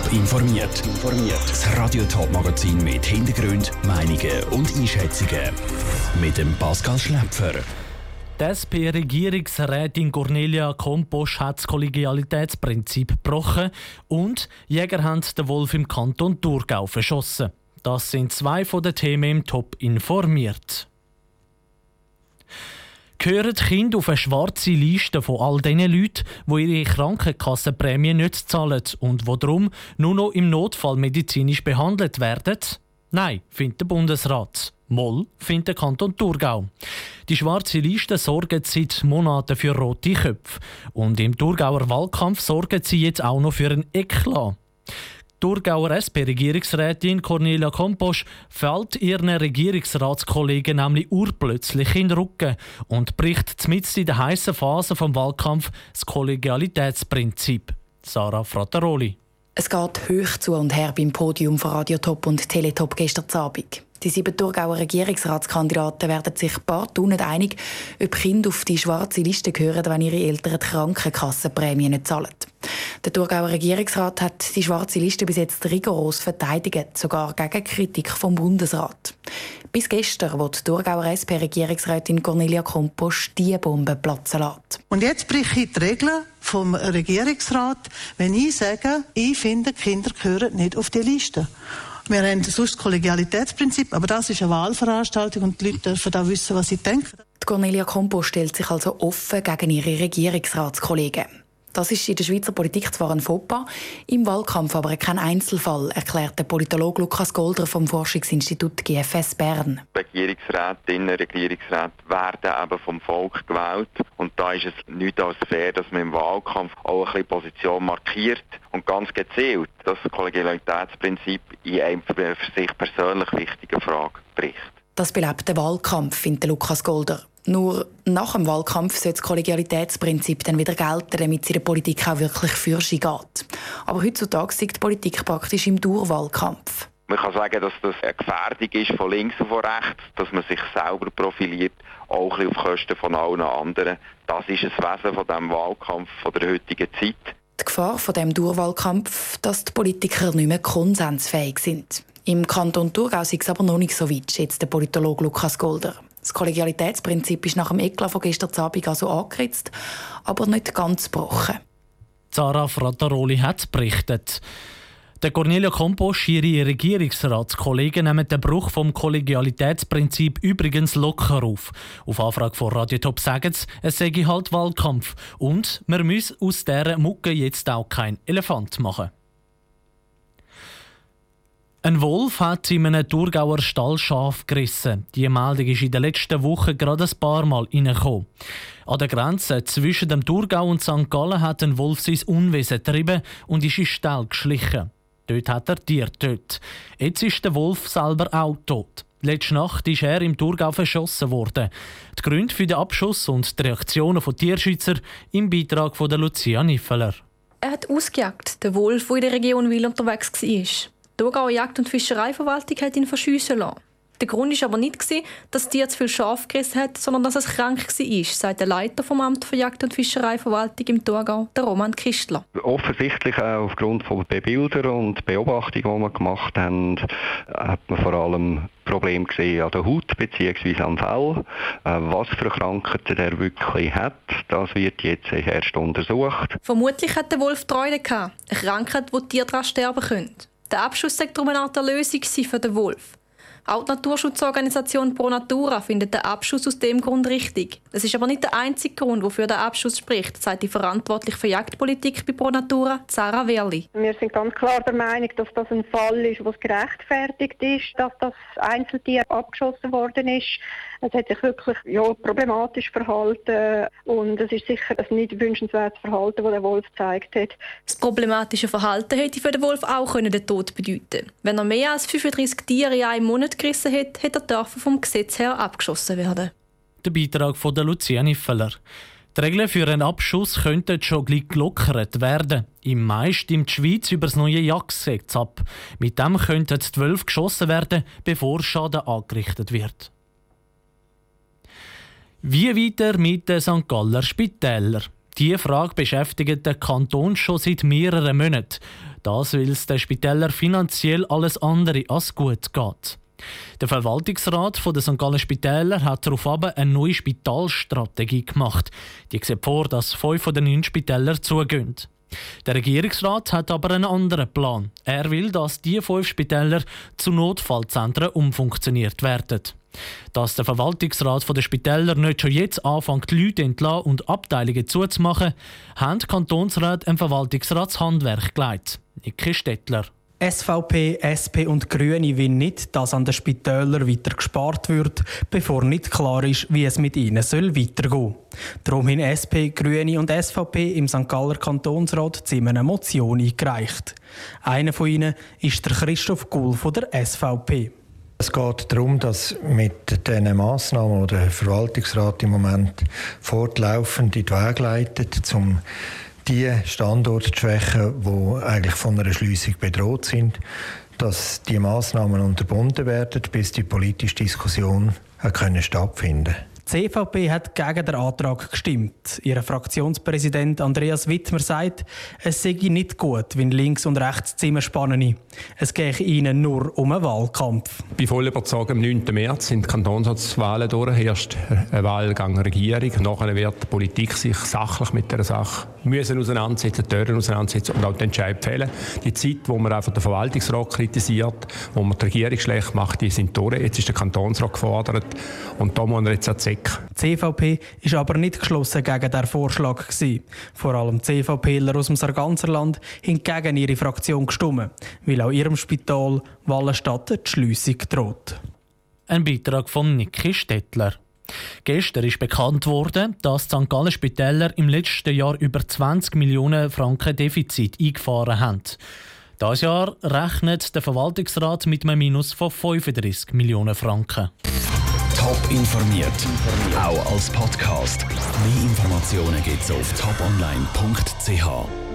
informiert. Das Radio Top Magazin mit Hintergrund, Meinungen und Einschätzungen mit dem Pascal Schläpfer. Die SP-Regierungsrätin Kornelia Komposch hat das Kollegialitätsprinzip gebrochen und Jäger haben den Wolf im Kanton Thurgau verschossen. Das sind zwei von den Themen im Top informiert. Gehören Kinder auf eine schwarze Liste von all den Leuten, die ihre Krankenkassenprämie nicht zahlen und die darum nur noch im Notfall medizinisch behandelt werden? Nein, findet der Bundesrat. Moll findet der Kanton Thurgau. Die schwarze Liste sorgt seit Monaten für rote Köpfe. Und im Thurgauer Wahlkampf sorgen sie jetzt auch noch für einen Eklat. Die Thurgauer SP-Regierungsrätin Kornelia Komposch fällt ihren Regierungsratskollegen nämlich urplötzlich in den Rücken und bricht mitten in der heißen Phase des Wahlkampfs das Kollegialitätsprinzip. Sarah Frattaroli. Es geht hoch zu und her beim Podium von Radio Top und Teletop gestern Abend. Die 7 Thurgauer Regierungsratskandidaten werden sich ein paar Stunden nicht einig, ob Kinder auf die schwarze Liste gehören, wenn ihre Eltern die Krankenkassenprämie nicht zahlen. Der Thurgauer Regierungsrat hat die schwarze Liste bis jetzt rigoros verteidigt, sogar gegen Kritik vom Bundesrat. Bis gestern, wo die Thurgauer SP-Regierungsrätin Kornelia Komposch die Bombe platzen lässt. Und jetzt breche ich die Regeln vom Regierungsrat, wenn ich sage, ich finde, Kinder gehören nicht auf die Liste. Wir haben sonst das Kollegialitätsprinzip, aber das ist eine Wahlveranstaltung und die Leute dürfen da wissen, was sie denken. Die Kornelia Komposch stellt sich also offen gegen ihre Regierungsratskollegen. Das ist in der Schweizer Politik zwar ein Fauxpas, im Wahlkampf aber kein Einzelfall, erklärt der Politologe Lukas Golder vom Forschungsinstitut GFS Bern. Regierungsrätinnen und Regierungsräte werden eben vom Volk gewählt. Und da ist es nicht als fair, dass man im Wahlkampf auch ein bisschen Position markiert und ganz gezielt das Kollegialitätsprinzip in einer für sich persönlich wichtigen Frage bricht. Das belebt den Wahlkampf, findet Lukas Golder. Nur nach dem Wahlkampf soll das Kollegialitätsprinzip dann wieder gelten, damit es in der Politik auch wirklich für sich geht. Aber heutzutage sieht die Politik praktisch im Dauerwahlkampf. Man kann sagen, dass das eine Gefährdung ist von links und von rechts, dass man sich selber profiliert, auch ein bisschen auf Kosten von allen anderen. Das ist das Wesen von diesem Wahlkampf von der heutigen Zeit. Die Gefahr von diesem Dauerwahlkampf, dass die Politiker nicht mehr konsensfähig sind. Im Kanton Thurgau ist es aber noch nicht so weit, schätzt der Politologe Lukas Golder. Das Kollegialitätsprinzip ist nach dem Eklat von gestern Abend also angeritzt, aber nicht ganz gebrochen. Sarah Frattaroli hat berichtet. Der Kornelia Komposch, ihre Regierungsratskollegen, nehmen den Bruch vom Kollegialitätsprinzip übrigens locker auf. Auf Anfrage von Radio Top sagen sie, es sei halt Wahlkampf und man müsse aus dieser Mucke jetzt auch kein Elefant machen. Ein Wolf hat in einem Thurgauer Stall Schaf gerissen. Die Meldung ist in den letzten Wochen gerade ein paar Mal reingekommen. An der Grenze zwischen dem Thurgau und St. Gallen hat ein Wolf sein Unwesen getrieben und ist in den Stall geschlichen. Dort hat er Tiere getötet. Jetzt ist der Wolf selber auch tot. Letzte Nacht ist er im Thurgau verschossen worden. Die Gründe für den Abschuss und die Reaktionen von Tierschützern im Beitrag von Lucia Niffeler. Er hat ausgejagt, der Wolf, der in der Region Wil unterwegs war. Die Thurgauer Jagd- und Fischereiverwaltung hat ihn verschiessen lassen. Der Grund war aber nicht, dass das Tier zu viel Schaf gerissen hat, sondern dass es krank war, sagt der Leiter vom Amt für Jagd- und Fischereiverwaltung im Thurgau, der Roman Kistler. Offensichtlich auch aufgrund von den Bildern und Beobachtungen, die wir gemacht haben, hat man vor allem Probleme gesehen an der Haut bzw. am Fell. Was für Krankheiten er wirklich hat, das wird jetzt erst untersucht. Vermutlich hat der Wolf Freude gehabt, eine Krankheit, wo die Tiere daran sterben können. Der Abschuss sei darum eine Art Erlösung für den Wolf. Auch die Naturschutzorganisation Pro Natura findet den Abschuss aus dem Grund richtig. Es ist aber nicht der einzige Grund, wofür der Abschuss spricht, sagt die Verantwortliche für Jagdpolitik bei Pro Natura, Sarah Werli. Wir sind ganz klar der Meinung, dass das ein Fall ist, wo es gerechtfertigt ist, dass das Einzeltier abgeschossen worden ist. Es hat sich wirklich problematisch verhalten und es ist sicher ein nicht wünschenswertes Verhalten, das der Wolf gezeigt hat. Das problematische Verhalten hätte für den Wolf auch den Tod bedeuten können. Wenn er mehr als 35 Tiere in einem Monat gerissen hat, hätte er vom Gesetz her abgeschossen werden. Der Beitrag von Lucia Niffeler. Die Regeln für einen Abschuss könnten schon gleich gelockert werden. Im Mai stimmt die Schweiz über das neue Jagdgesetz ab. Mit dem könnten 12 geschossen werden, bevor Schaden angerichtet wird. Wie weiter mit den St. Galler Spitälern? Diese Frage beschäftigt den Kanton schon seit mehreren Monaten. Das, weil es den Spitälern finanziell alles andere als gut geht. Der Verwaltungsrat der St. Gallen Spitäler hat daraufhin eine neue Spitalstrategie gemacht. Die sieht vor, dass 5 von den 9 Spitälern zugehen. Der Regierungsrat hat aber einen anderen Plan. Er will, dass die 5 Spitäler zu Notfallzentren umfunktioniert werden. Dass der Verwaltungsrat der Spitäler nicht schon jetzt anfängt, Leute entlassen und Abteilungen zuzumachen, haben die Kantonsräte im Verwaltungsratshandwerk gelegt. Niki Stettler. SVP, SP und Grüne wollen nicht, dass an den Spitälern weiter gespart wird, bevor nicht klar ist, wie es mit ihnen weitergehen soll. Darum haben SP, Grüne und SVP im St. Galler Kantonsrat zusammen eine Motion eingereicht. Einer von ihnen ist der Christoph Gull von der SVP. Es geht darum, dass mit diesen Massnahmen, die der Verwaltungsrat im Moment fortlaufend in die Wege leitet, um die Standorte zu schwächen, die eigentlich von einer Schliessung bedroht sind, dass die Massnahmen unterbunden werden, bis die politische Diskussion stattfinden kann. Die CVP hat gegen den Antrag gestimmt. Ihr Fraktionspräsident Andreas Wittmer sagt, es sei nicht gut, wenn links und rechts zusammenspannen. Es gehe ihnen nur um einen Wahlkampf. Ich bin voll überzeugt, am 9. März sind die Kantonsratswahlen durch. Erst ein Wahlgang Regierung. Nachher wird die Politik sich sachlich mit dieser Sache auseinandersetzen, Türen auseinandersetzen und auch den Entscheid fällen. Die Zeit, wo man einfach den Verwaltungsrat kritisiert, wo man die Regierung schlecht macht, die sind durch. Jetzt ist der Kantonsrat gefordert und da muss er jetzt an die CVP war aber nicht geschlossen gegen diesen Vorschlag. Vor allem CVPler aus dem Sarganserland haben gegen ihre Fraktion gestimmt, weil auch ihrem Spital Wallenstadt die Schliessung droht. Ein Beitrag von Niki Stettler. Gestern ist bekannt worden, dass die St. Gallen Spitäler im letzten Jahr über 20 Millionen Franken Defizit eingefahren haben. Dieses Jahr rechnet der Verwaltungsrat mit einem Minus von 35 Millionen Franken. Top informiert, auch als Podcast. Mehr Informationen gibt es auf toponline.ch.